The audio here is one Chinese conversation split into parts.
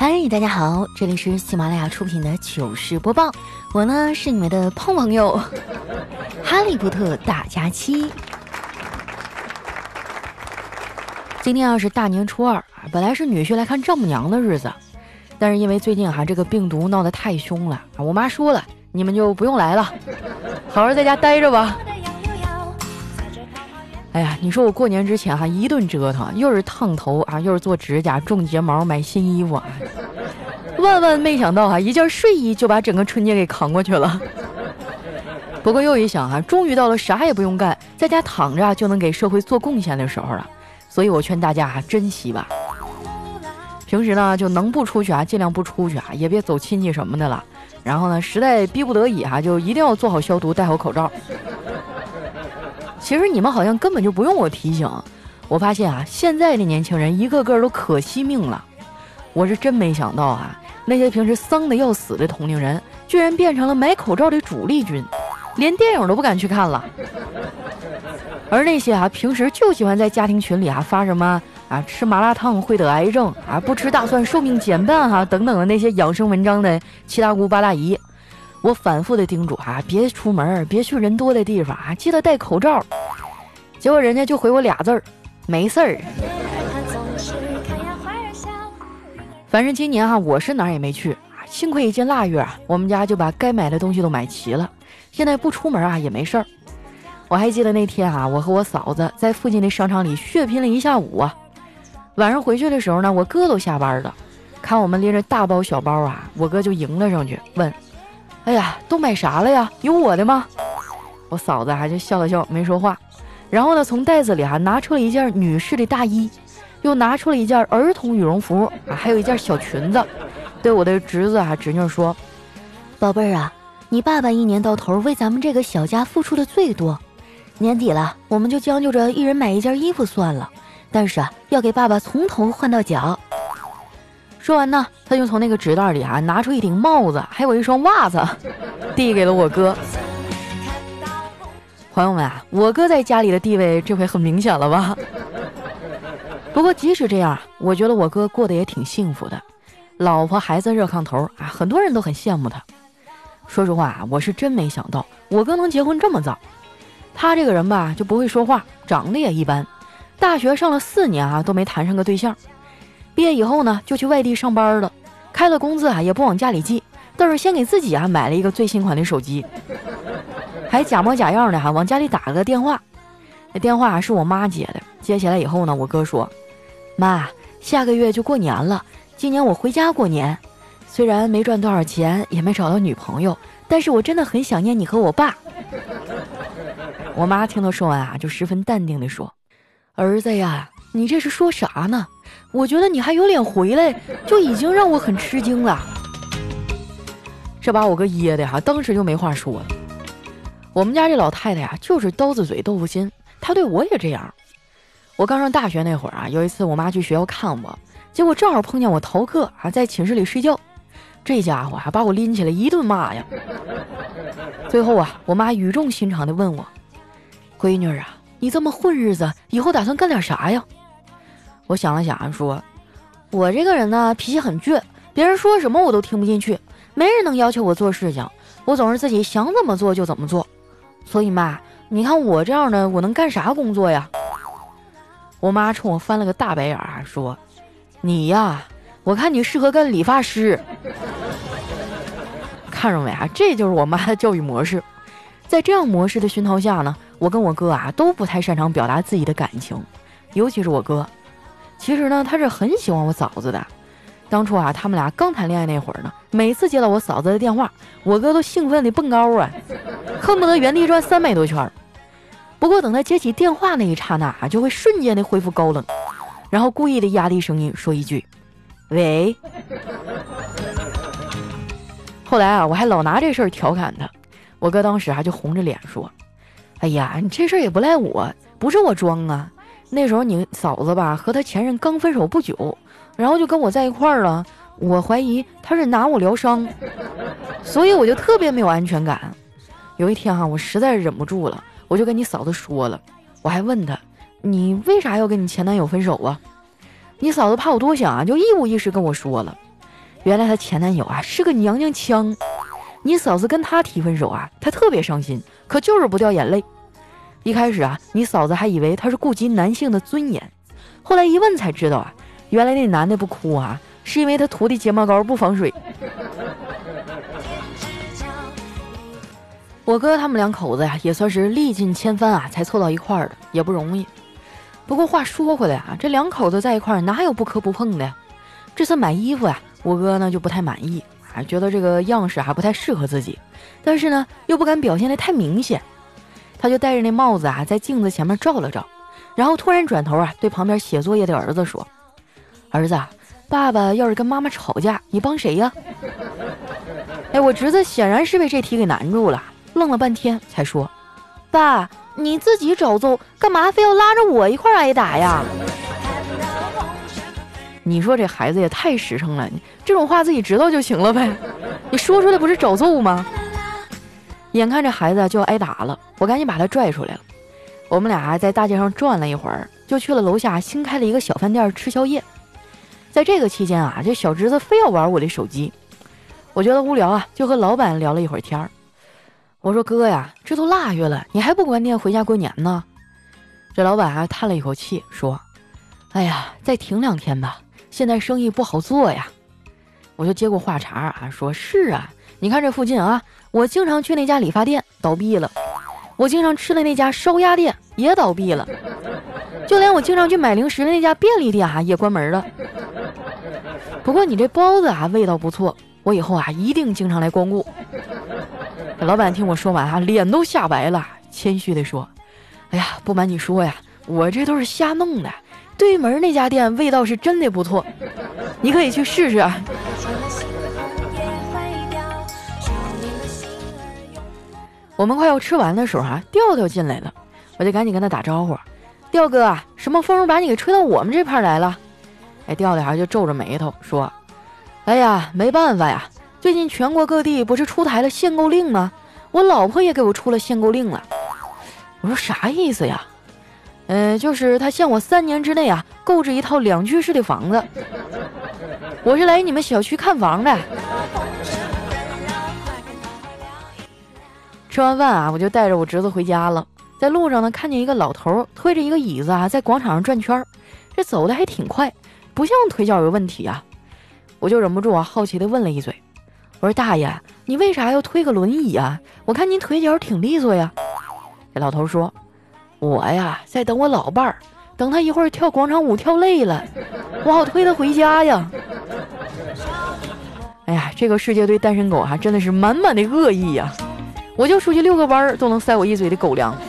嗨，大家好，这里是喜马拉雅出品的糗事播报，我呢是你们的胖朋友哈利波特大假期。今天是大年初二，本来是女婿来看丈母娘的日子，但是因为最近这个病毒闹得太凶了，我妈说了，你们就不用来了，好好在家待着吧。哎呀，你说我过年之前一顿折腾，又是烫头又是做指甲、种睫毛、买新衣服万万没想到一件睡衣就把整个春节给扛过去了。不过又一想终于到了啥也不用干，在家躺着就能给社会做贡献的时候了，所以我劝大家珍惜吧。平时呢就能不出去尽量不出去也别走亲戚什么的了。然后呢，实在逼不得已就一定要做好消毒，戴好口罩。其实你们好像根本就不用我提醒，我发现现在的年轻人一个个都可惜命了。我是真没想到那些平时丧得要死的同龄人，居然变成了买口罩的主力军，连电影都不敢去看了。而那些平时就喜欢在家庭群里发什么吃麻辣烫会得癌症不吃大蒜寿命减半等等的那些养生文章的七大姑八大姨，我反复的叮嘱别出门，别去人多的地方记得戴口罩。结果人家就回我俩字儿，没事儿。反正今年我是哪儿也没去，幸亏一进腊月我们家就把该买的东西都买齐了，现在不出门也没事儿。我还记得那天我和我嫂子在附近的商场里血拼了一下午晚上回去的时候呢，我哥都下班了，看我们拎着大包小包我哥就迎了上去问，哎呀，都买啥了呀？有我的吗？我嫂子就笑了笑没说话，然后呢从袋子里拿出了一件女士的大衣，又拿出了一件儿童羽绒服还有一件小裙子，对我的侄子侄女说，宝贝儿你爸爸一年到头为咱们这个小家付出的最多，年底了我们就将就着一人买一件衣服算了，但是要给爸爸从头换到脚。说完呢，他就从那个纸袋里拿出一顶帽子还有一双袜子递给了我哥。朋友们我哥在家里的地位这回很明显了吧？不过即使这样我觉得我哥过得也挺幸福的，老婆孩子热炕头很多人都很羡慕他。说实话我是真没想到我哥能结婚这么早。他这个人吧就不会说话，长得也一般，大学上了4年都没谈上个对象。毕业以后呢就去外地上班了，开了工资也不往家里寄，倒是先给自己买了一个最新款的手机，还假模假样的往家里打了个电话。那电话是我妈接的，接起来以后呢，我哥说，妈，下个月就过年了，今年我回家过年，虽然没赚多少钱，也没找到女朋友，但是我真的很想念你和我爸。我妈听他说完就十分淡定地说，儿子呀，你这是说啥呢？我觉得你还有脸回来，就已经让我很吃惊了。这把我哥噎的当时就没话说了。我们家这老太太就是刀子嘴豆腐心，她对我也这样。我刚上大学那会儿有一次我妈去学校看我，结果正好碰见我逃课在寝室里睡觉，这家伙把我拎起来一顿骂呀。最后我妈语重心长地问我，闺女你这么混日子以后打算干点啥呀？我想了想说，我这个人呢脾气很倔，别人说什么我都听不进去，没人能要求我做事情，我总是自己想怎么做就怎么做，所以妈，你看我这样的我能干啥工作呀？我妈冲我翻了个大白眼说，你呀，我看你适合干理发师。看着没这就是我妈的教育模式。在这样模式的熏陶下呢，我跟我哥都不太擅长表达自己的感情，尤其是我哥。其实呢他是很喜欢我嫂子的，当初他们俩刚谈恋爱那会儿呢，每次接到我嫂子的电话，我哥都兴奋地蹦高恨不得原地转300多圈。不过等他接起电话那一刹那就会瞬间的恢复高冷，然后故意的压低声音说一句，喂。后来我还老拿这事儿调侃他，我哥当时就红着脸说，哎呀，你这事儿也不赖我，不是我装那时候你嫂子吧和他前任刚分手不久，然后就跟我在一块儿了，我怀疑他是拿我疗伤，所以我就特别没有安全感。有一天我实在忍不住了，我就跟你嫂子说了，我还问他，你为啥要跟你前男友分手啊？你嫂子怕我多想就一五一十跟我说了。 原来她前男友啊是个娘娘腔，你嫂子跟他提分手啊，他特别伤心，可就是不掉眼泪。一开始啊，你嫂子还以为他是顾及男性的尊严，后来一问才知道啊，原来那男的不哭啊，是因为他涂的睫毛膏不防水。我哥他们两口子呀，也算是历尽千帆啊，才凑到一块儿的，也不容易。不过话说回来啊，这两口子在一块儿哪有不磕不碰的呀？这次买衣服呀，我哥呢就不太满意啊，觉得这个样式还不太适合自己，但是呢又不敢表现得太明显，他就戴着那帽子啊，在镜子前面照了照，然后突然转头啊，对旁边写作业的儿子说：“儿子，爸爸要是跟妈妈吵架，你帮谁呀？”哎，我侄子显然是被这题给难住了，愣了半天才说：“爸，你自己找揍，干嘛非要拉着我一块挨打呀？”你说这孩子也太实诚了，这种话自己知道就行了呗，你说出来不是找揍吗？眼看这孩子就要挨打了，我赶紧把他拽出来了。我们俩在大街上转了一会儿，就去了楼下新开了一个小饭店吃宵夜。在这个期间啊，这小侄子非要玩我的手机，我觉得无聊啊，就和老板聊了一会儿天儿。我说：“哥呀，这都腊月了，你还不关店回家过年呢？”这老板啊叹了一口气说：“哎呀，再停2天吧，现在生意不好做呀。”我就接过话茬啊，说：“是啊，你看这附近啊，我经常去那家理发店倒闭了，我经常吃的那家烧鸭店也倒闭了，就连我经常去买零食的那家便利店啊也关门了。不过你这包子啊味道不错，我以后啊一定经常来光顾。”这老板听我说完啊，脸都吓白了，谦虚地说：“哎呀，不瞒你说呀，我这都是瞎弄的，对门那家店味道是真的不错，你可以去试试啊。”我们快要吃完的时候啊，调调进来了，我就赶紧跟他打招呼：“调哥啊，什么风把你给吹到我们这片来了？”哎，调调就皱着眉头说：“哎呀，没办法呀，最近全国各地不是出台了限购令吗？我老婆也给我出了限购令了。”我说：“啥意思呀？”就是他向我3年之内啊购置一套2居室的房子。我是来你们小区看房的。吃完饭啊，我就带着我侄子回家了。在路上呢，看见一个老头推着一个椅子啊，在广场上转圈，这走的还挺快，不像腿脚有问题啊。我就忍不住啊，好奇的问了一嘴：“我说大爷，你为啥要推个轮椅啊？我看您腿脚挺利索呀。”这老头说：“我呀，在等我老伴儿，等他一会儿跳广场舞跳累了，我好推他回家呀。”哎呀，这个世界对单身狗啊，真的是满满的恶意呀！我就出去遛个弯儿，都能塞我一嘴的狗粮。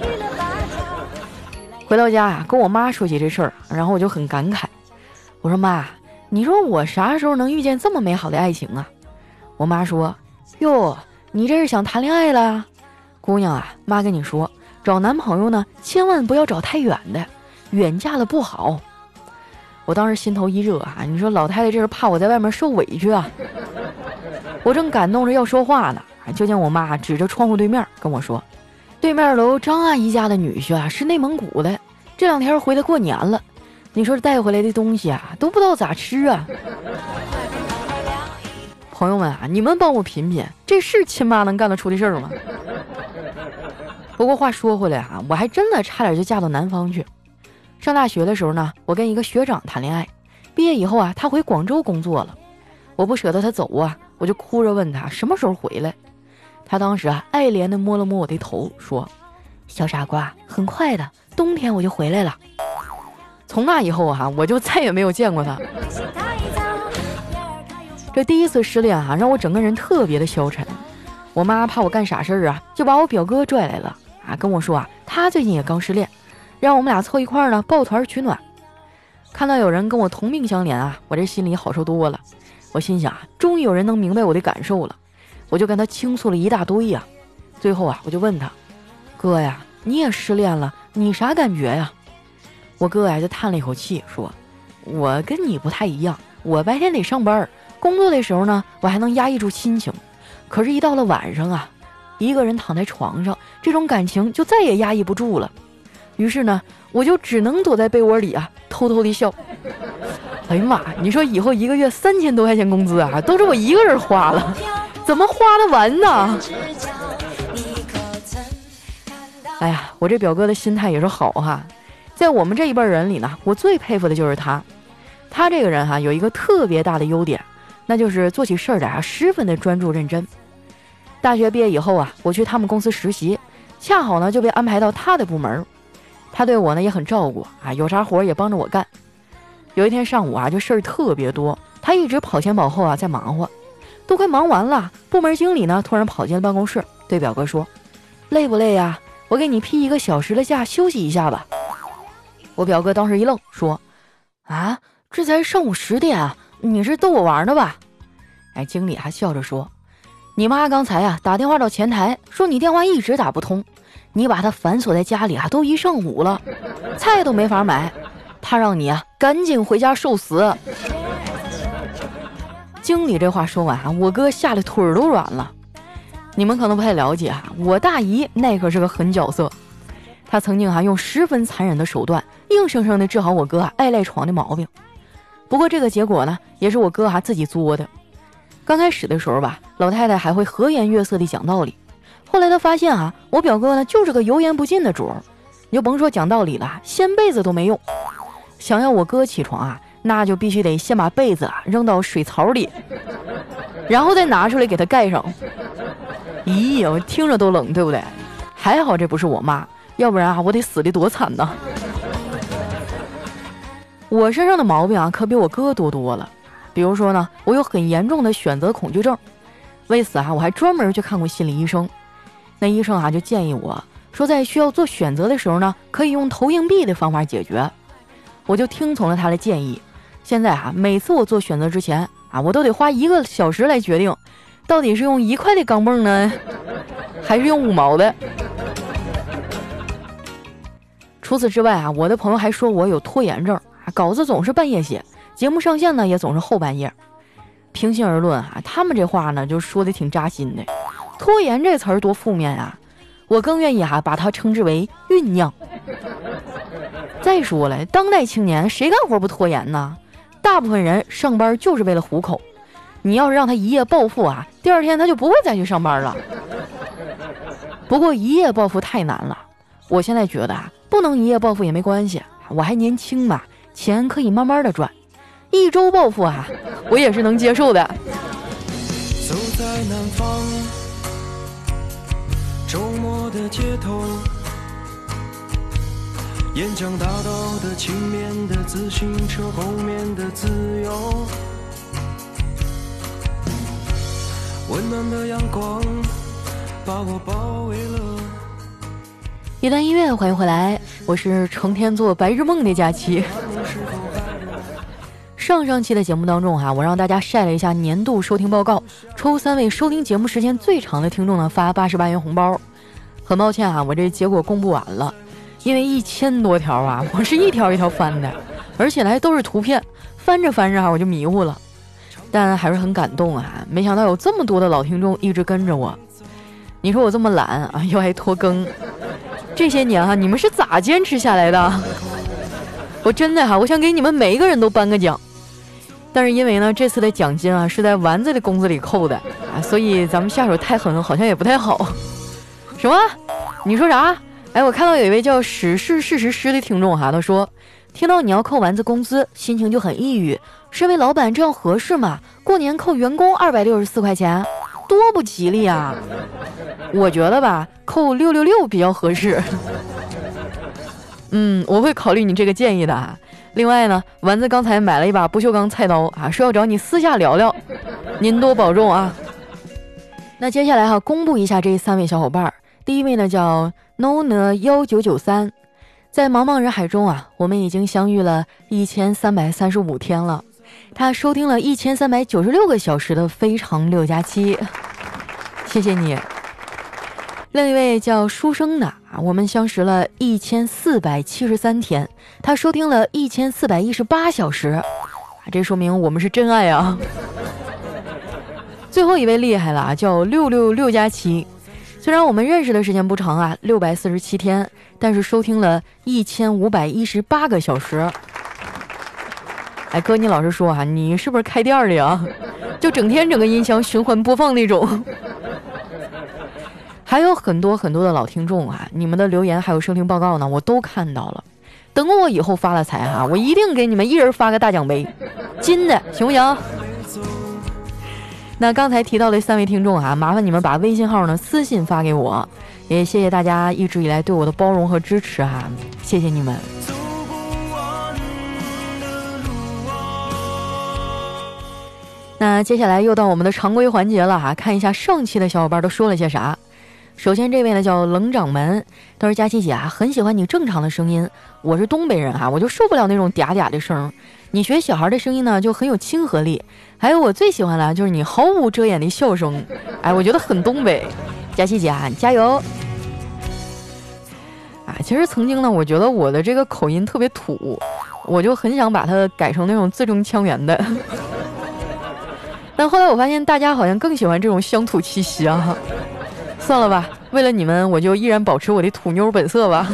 回到家啊，跟我妈说起这事儿，然后我就很感慨。我说：“妈，你说我啥时候能遇见这么美好的爱情啊？”我妈说：“哟，你这是想谈恋爱了？姑娘啊，妈跟你说，找男朋友呢，千万不要找太远的，远嫁了不好。”我当时心头一热啊，你说老太太这是怕我在外面受委屈啊。我正感动着要说话呢，就见我妈指着窗户对面跟我说：“对面楼张阿姨家的女婿啊是内蒙古的，这2天回来过年了，你说带回来的东西啊都不知道咋吃啊。”朋友们啊，你们帮我品品，这是亲妈能干得出的事儿吗？不过话说回来啊，我还真的差点就嫁到南方去。上大学的时候呢，我跟一个学长谈恋爱，毕业以后啊，他回广州工作了，我不舍得他走啊，我就哭着问他什么时候回来。他当时啊，爱怜地摸了摸我的头，说：“小傻瓜，很快的，冬天我就回来了。”从那以后啊，我就再也没有见过他。这第一次失恋啊，让我整个人特别的消沉。我妈怕我干傻事儿啊，就把我表哥拽来了啊，跟我说啊，他最近也刚失恋，让我们俩凑一块儿呢，抱团取暖。看到有人跟我同病相怜啊，我这心里好受多了。我心想啊，终于有人能明白我的感受了。我就跟他倾诉了一大堆呀。最后啊，我就问他：“哥呀，你也失恋了，你啥感觉呀？”我哥呀就叹了一口气说：“我跟你不太一样，我白天得上班，工作的时候呢，我还能压抑住心情，可是一到了晚上啊，一个人躺在床上，这种感情就再也压抑不住了。于是呢，我就只能躲在被窝里啊，偷偷地笑。” 哎呀妈，你说以后一个月3000多块钱工资啊，都是我一个人花了，怎么花得完呢？哎呀，我这表哥的心态也是好哈，在我们这一辈人里呢，我最佩服的就是他。他这个人哈，有一个特别大的优点，那就是做起事儿来啊十分的专注认真。大学毕业以后啊，我去他们公司实习，恰好呢就被安排到他的部门。他对我呢也很照顾啊，有啥活也帮着我干。有一天上午啊，就事儿特别多，他一直跑前跑后啊在忙活，都快忙完了。部门经理呢突然跑进了办公室，对表哥说：“累不累呀？我给你批1个小时的假，休息一下吧。”我表哥当时一愣，说：“啊，这才上午10点啊，你是逗我玩呢吧？”哎，经理还笑着说：“你妈刚才啊打电话到前台，说你电话一直打不通，你把她反锁在家里啊，都1上午了，菜都没法买，她让你啊赶紧回家受死。”经理这话说完啊，我哥吓得腿儿都软了。你们可能不太了解啊，我大姨那可是个狠角色，她曾经用十分残忍的手段，硬生生的治好我哥爱赖床的毛病。不过这个结果呢，也是我哥自己作的。刚开始的时候吧，老太太还会和颜悦色地讲道理，后来她发现我表哥呢就是个油盐不进的主儿，你就甭说讲道理了，掀被子都没用。想要我哥起床那就必须得先把被子扔到水槽里，然后再拿出来给他盖上。咦，我听着都冷，对不对？还好这不是我妈，要不然我得死得多惨呢。我身上的毛病可比我哥多了。比如说呢，我有很严重的选择恐惧症，为此我还专门去看过心理医生。那医生就建议我说，在需要做选择的时候呢，可以用投硬币的方法解决。我就听从了他的建议。现在每次我做选择之前我都得花1个小时来决定，到底是用1块的钢镚呢，还是用5毛的。除此之外我的朋友还说我有拖延症，稿子总是半夜写，节目上线呢也总是后半夜。平心而论他们这话呢就说的挺扎心的。拖延这词儿多负面我更愿意把它称之为酝酿。再说了，当代青年谁干活不拖延呢？大部分人上班就是为了糊口，你要是让他一夜暴富第二天他就不会再去上班了。不过一夜暴富太难了，我现在觉得不能一夜暴富也没关系，我还年轻嘛，钱可以慢慢的赚。1周暴富我也是能接受的。 走在南方，周末的街头，沿江大道的前面的自行车，后面的自由，温暖的阳光把我包围了。 一段音乐，欢迎回来，我是成天做白日梦的假期。上期的节目当中我让大家晒了一下年度收听报告，抽3位收听节目时间最长的听众呢发88元红包。很抱歉我这结果公布晚了，因为1000多条我是一条一条翻的，而且还都是图片，翻着翻着我就迷糊了。但还是很感动没想到有这么多的老听众一直跟着我。你说我这么懒又爱拖更，这些年你们是咋坚持下来的？我真的我想给你们每一个人都颁个奖。但是因为呢这次的奖金是在丸子的工资里扣的所以咱们下手太狠好像也不太好。什么？你说啥？我看到有一位叫史事事实师的听众他说，听到你要扣丸子工资，心情就很抑郁。身为老板这样合适吗？过年扣员工264块钱，多不吉利啊！我觉得吧，扣666比较合适。我会考虑你这个建议的另外呢，丸子刚才买了一把不锈钢菜刀说要找你私下聊聊，您多保重那接下来公布一下这3位小伙伴。第一位呢叫 nona1993，在茫茫人海中我们已经相遇了1335天了。他收听了1396个小时的非常6+7，谢谢你。另一位叫书生的我们相识了1473天，他收听了1418小时，这说明我们是真爱最后一位厉害了叫666+7，虽然我们认识的时间不长647天，但是收听了1518个小时。 哎哥，你老实说啊，你是不是开店的呀？就整天整个音箱循环播放那种。还有很多很多的老听众啊，你们的留言还有收听报告呢，我都看到了。等我以后发了财哈，我一定给你们一人发个大奖杯，金的，行不行？那刚才提到的3位听众啊，麻烦你们把微信号呢私信发给我，也谢谢大家一直以来对我的包容和支持啊，谢谢你们。那接下来又到我们的常规环节了哈，看一下上期的小伙伴都说了些啥。首先这位呢叫冷掌门，他说佳琪姐啊，很喜欢你正常的声音，我是东北人哈，我就受不了那种嗲嗲的声，你学小孩的声音呢就很有亲和力，还有我最喜欢的就是你毫无遮掩的笑声，哎，我觉得很东北，佳琪姐啊，你加油！啊，其实曾经呢，我觉得我的这个口音特别土，我就很想把它改成那种字正腔圆的，但后来我发现大家好像更喜欢这种乡土气息啊。算了吧，为了你们，我就依然保持我的土妞本色吧。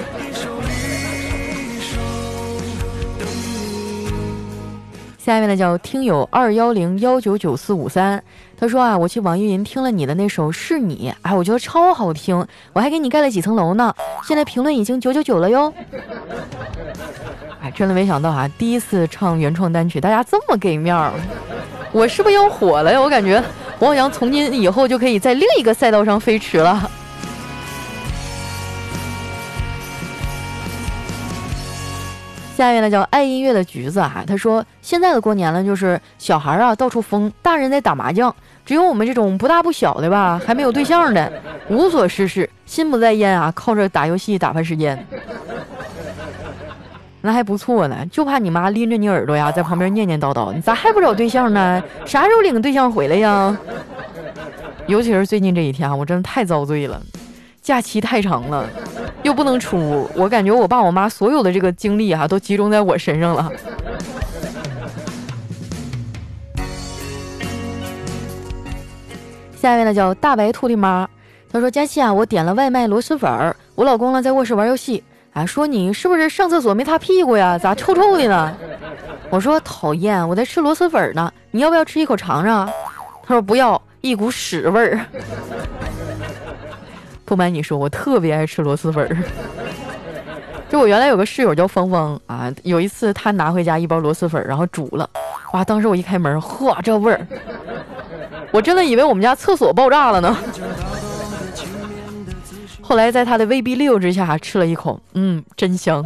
下一位呢叫听友210199453，他说啊，我去网易云听了你的那首是你，哎，我觉得超好听，我还给你盖了几层楼呢，现在评论已经999了哟。哎，真的没想到啊，第一次唱原创单曲，大家这么给面儿，我是不是要火了呀？我感觉我好像从今以后就可以在另一个赛道上飞驰了。下一位呢叫爱音乐的橘子啊，他说现在的过年了，就是小孩啊到处疯，大人在打麻将，只有我们这种不大不小的吧，还没有对象的，无所事事，心不在焉啊，靠着打游戏打发时间。那还不错呢，就怕你妈拎着你耳朵呀，在旁边念念叨叨，你咋还不找对象呢？啥时候领个对象回来呀？尤其是最近这一天啊，我真的太遭罪了，假期太长了，又不能出屋，我感觉我爸我妈所有的这个精力啊，都集中在我身上了。下一位呢叫大白兔的妈，她说佳琪啊，我点了外卖螺蛳粉，我老公呢在卧室玩游戏。啊，说你是不是上厕所没擦屁股呀？咋臭臭的呢？我说讨厌，我在吃螺蛳粉呢，你要不要吃一口尝尝？他说不要，一股屎味儿。不瞒你说，我特别爱吃螺蛳粉。就我原来有个室友叫芳芳啊，有一次他拿回家一包螺蛳粉，然后煮了，哇！当时我一开门，嚯，这味儿，我真的以为我们家厕所爆炸了呢。后来在他的威逼利诱之下吃了一口，真香。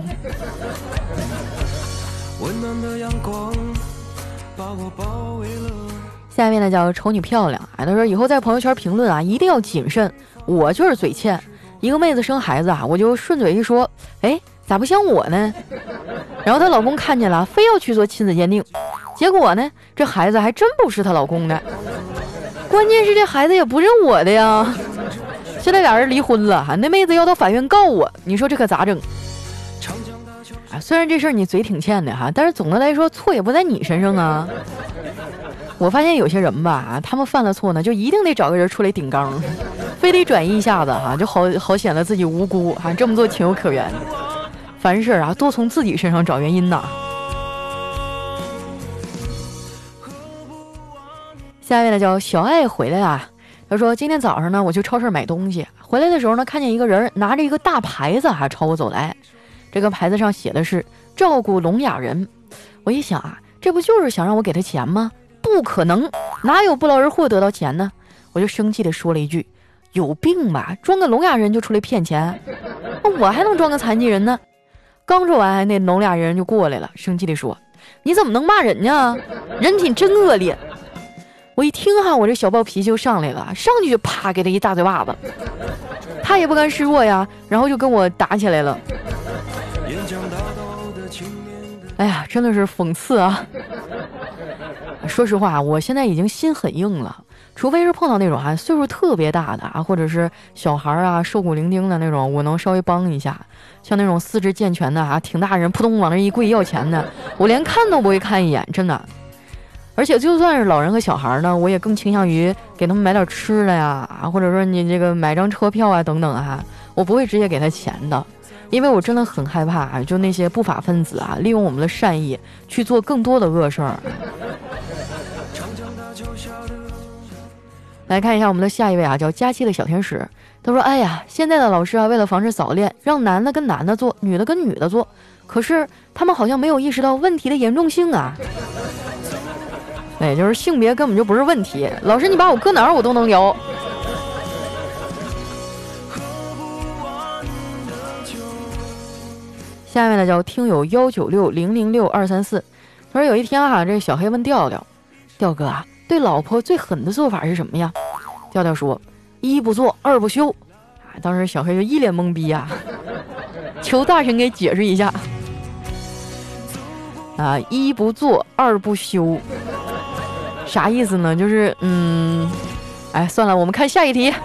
下面呢叫瞅你漂亮啊，他说以后在朋友圈评论啊一定要谨慎，我就是嘴欠，一个妹子生孩子啊，我就顺嘴一说，哎，咋不像我呢？然后她老公看见了，非要去做亲子鉴定，结果呢，这孩子还真不是她老公的，关键是这孩子也不是我的呀。现在俩人离婚了，那妹子要到法院告我，你说这可咋整？虽然这事儿你嘴挺欠的哈，但是总的来说错也不在你身上啊。我发现有些人吧，他们犯了错呢，就一定得找个人出来顶缸，非得转移一下子哈，就好显得自己无辜啊，这么做情有可原。凡事啊，多从自己身上找原因呐。下一位呢叫小爱回来啊。他说今天早上呢我去超市买东西，回来的时候呢看见一个人拿着一个大牌子还朝我走来，这个牌子上写的是照顾聋哑人。我一想啊，这不就是想让我给他钱吗？不可能，哪有不劳而获得到钱呢？我就生气地说了一句，有病吧，装个聋哑人就出来骗钱，我还能装个残疾人呢？刚说完，那聋哑人就过来了，生气地说，你怎么能骂人呢？人品真恶劣。我一听哈，我这小暴脾气就上来了，上去就啪给他一大嘴巴子，他也不甘示弱呀，然后就跟我打起来了。哎呀，真的是讽刺啊！说实话，我现在已经心很硬了，除非是碰到那种岁数特别大的啊，或者是小孩啊瘦骨伶仃的那种，我能稍微帮一下。像那种四肢健全的啊，挺大人扑通往那一跪要钱的，我连看都不会看一眼，真的。而且就算是老人和小孩呢，我也更倾向于给他们买点吃的呀，或者说你这个买张车票啊等等啊，我不会直接给他钱的。 因为我真的很害怕啊，就那些不法分子啊，利用我们的善意去做更多的恶事儿。来看一下我们的下一位啊，叫佳期的小天使。他说：“哎呀，现在的老师啊，为了防止早恋，让男的跟男的做，女的跟女的做。可是他们好像没有意识到问题的严重性啊。就是性别根本就不是问题。老师，你把我搁哪儿我都能聊。”下面呢叫听友196006234。他说有一天啊，这小黑问调调：“调哥啊，对老婆最狠的做法是什么呀？”调调说：“一不做，二不休。”当时小黑就一脸懵逼啊，求大神给解释一下。一不做，二不休，啥意思呢？就是算了，我们看下一题。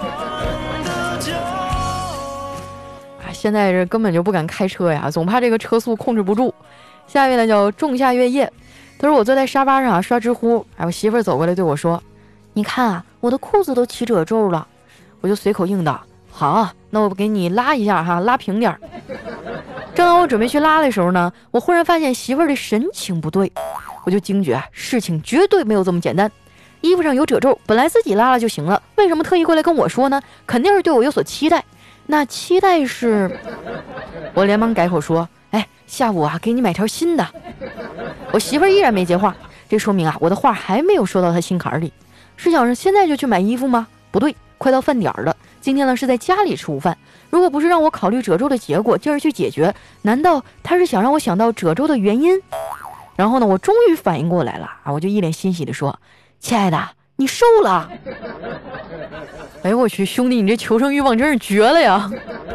现在这根本就不敢开车呀，总怕这个车速控制不住。下一位呢叫仲夏月夜。他说我坐在沙发上啊刷知乎，我媳妇儿走过来对我说：“你看啊，我的裤子都起褶皱了。”我就随口应道：“好，那我给你拉一下哈，拉平点儿。”正当我准备去拉的时候呢，我忽然发现媳妇儿的神情不对，我就惊觉事情绝对没有这么简单。衣服上有褶皱，本来自己拉了就行了，为什么特意过来跟我说呢？肯定是对我有所期待。那期待是……我连忙改口说：“下午啊，给你买条新的。”我媳妇儿依然没接话，这说明啊，我的话还没有说到她心坎里。是想着现在就去买衣服吗？不对，快到饭点了。今天呢是在家里吃午饭，如果不是让我考虑褶皱的结果，进而去解决，难道她是想让我想到褶皱的原因？然后呢，我终于反应过来了啊，我就一脸欣喜地说：“亲爱的，你瘦了。”哎呦我去，兄弟，你这求生欲望真是绝了呀！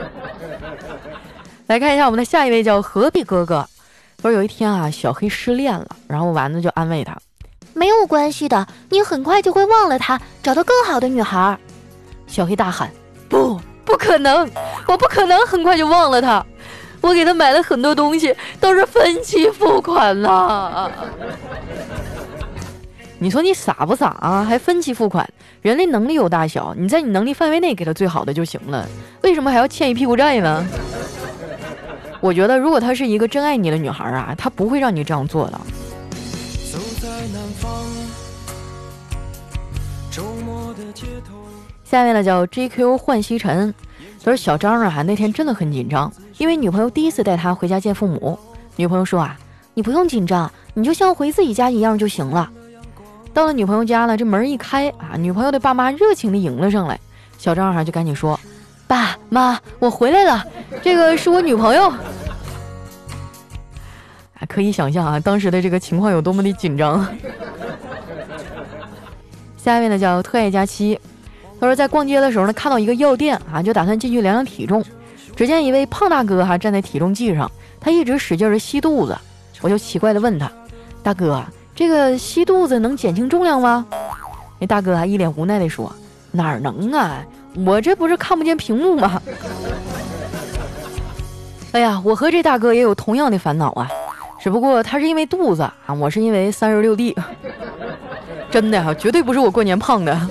来看一下我们的下一位叫何必哥哥。说有一天啊，小黑失恋了，然后丸子就安慰他：“没有关系的，你很快就会忘了他，找到更好的女孩。”小黑大喊：“不可能，我不可能很快就忘了他，我给他买了很多东西，都是分期付款了。”你说你傻不傻啊？还分期付款？人类能力有大小，你在你能力范围内给他最好的就行了，为什么还要欠一屁股债呢？我觉得如果她是一个真爱你的女孩啊，她不会让你这样做的。下面呢叫 JQ 幻西尘。他说小张啊，那天真的很紧张，因为女朋友第一次带他回家见父母。女朋友说啊，你不用紧张，你就像回自己家一样就行了。到了女朋友家呢，这门一开啊，女朋友的爸妈热情地迎了上来。小张啊就赶紧说：“爸妈，我回来了，这个是我女朋友。”可以想象啊，当时的这个情况有多么的紧张。下一位呢叫特爱佳期。他说在逛街的时候呢，看到一个药店啊，就打算进去量量体重。只见一位胖大哥站在体重计上，他一直使劲的吸肚子。我就奇怪的问他：“大哥，这个吸肚子能减轻重量吗？”那大哥一脸无奈的说：“哪能啊，我这不是看不见屏幕吗？”哎呀，我和这大哥也有同样的烦恼啊，只不过他是因为肚子啊，我是因为36D。真的绝对不是我过年胖的。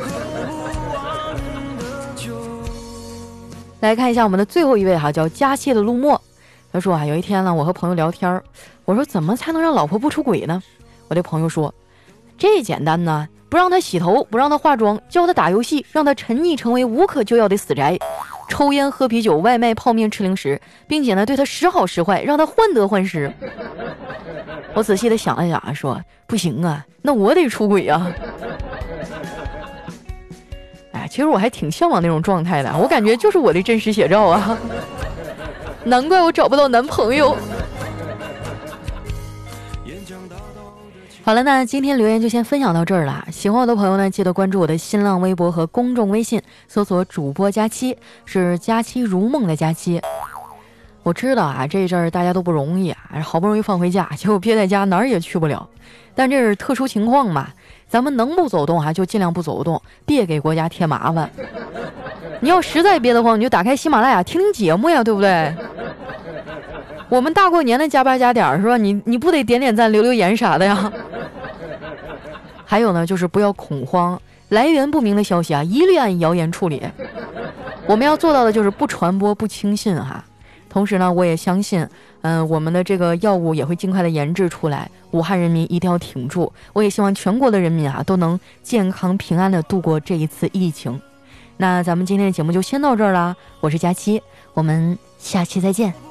来看一下我们的最后一位叫佳期的陆墨。他说有一天呢，我和朋友聊天，我说怎么才能让老婆不出轨呢？我的朋友说，这简单呢，不让她洗头，不让她化妆，教她打游戏，让她沉溺成为无可救药的死宅，抽烟喝啤酒，外卖泡面吃零食，并且呢对她时好时坏，让她患得患失。我仔细的想了想，说不行啊，那我得出轨啊。其实我还挺向往那种状态的，我感觉就是我的真实写照啊。难怪我找不到男朋友。好了，那今天留言就先分享到这儿了。喜欢我的朋友呢，记得关注我的新浪微博和公众微信，搜索主播佳期，是佳期如梦的佳期。我知道啊，这阵儿大家都不容易啊，好不容易放回假，结果憋在家哪儿也去不了。但这是特殊情况嘛，咱们能不走动就尽量不走动，别给国家添麻烦。你要实在憋得慌，你就打开喜马拉雅听听节目呀，对不对？我们大过年的加班加点是吧？你不得点点赞、留言啥的呀？还有呢，就是不要恐慌，来源不明的消息一律按谣言处理。我们要做到的就是不传播、不轻信哈。 同时呢，我也相信，我们的这个药物也会尽快的研制出来。武汉人民一定要挺住！我也希望全国的人民啊都能健康平安的度过这一次疫情。那咱们今天的节目就先到这儿啦，我是佳期，我们下期再见。